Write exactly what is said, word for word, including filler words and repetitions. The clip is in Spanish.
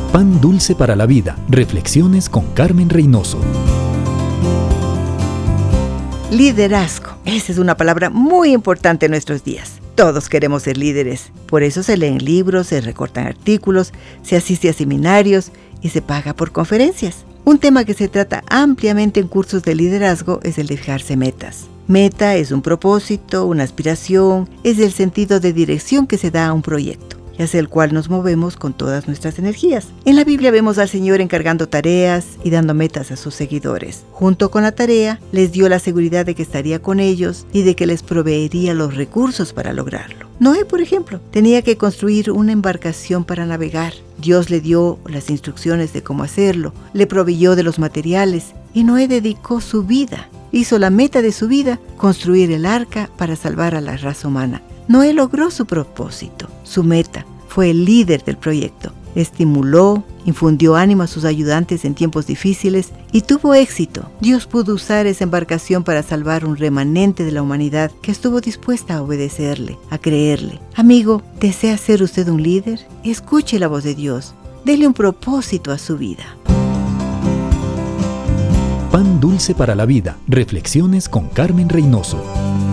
Pan dulce para la vida. Reflexiones con Carmen Reynoso. Liderazgo. Esa es una palabra muy importante en nuestros días. Todos queremos ser líderes. Por eso se leen libros, se recortan artículos, se asiste a seminarios y se paga por conferencias. Un tema que se trata ampliamente en cursos de liderazgo es el de fijarse metas. Meta es un propósito, una aspiración, es el sentido de dirección que se da a un proyecto, hacia el cual nos movemos con todas nuestras energías. En la Biblia vemos al Señor encargando tareas y dando metas a sus seguidores. Junto con la tarea, les dio la seguridad de que estaría con ellos y de que les proveería los recursos para lograrlo. Noé, por ejemplo, tenía que construir una embarcación para navegar. Dios le dio las instrucciones de cómo hacerlo, le proveyó de los materiales y Noé dedicó su vida. Hizo la meta de su vida, construir el arca para salvar a la raza humana. Noé logró su propósito, su meta. Fue el líder del proyecto. Estimuló, infundió ánimo a sus ayudantes en tiempos difíciles y tuvo éxito. Dios pudo usar esa embarcación para salvar un remanente de la humanidad que estuvo dispuesta a obedecerle, a creerle. Amigo, ¿desea ser usted un líder? Escuche la voz de Dios. Dele un propósito a su vida. Pan dulce para la vida. Reflexiones con Carmen Reynoso.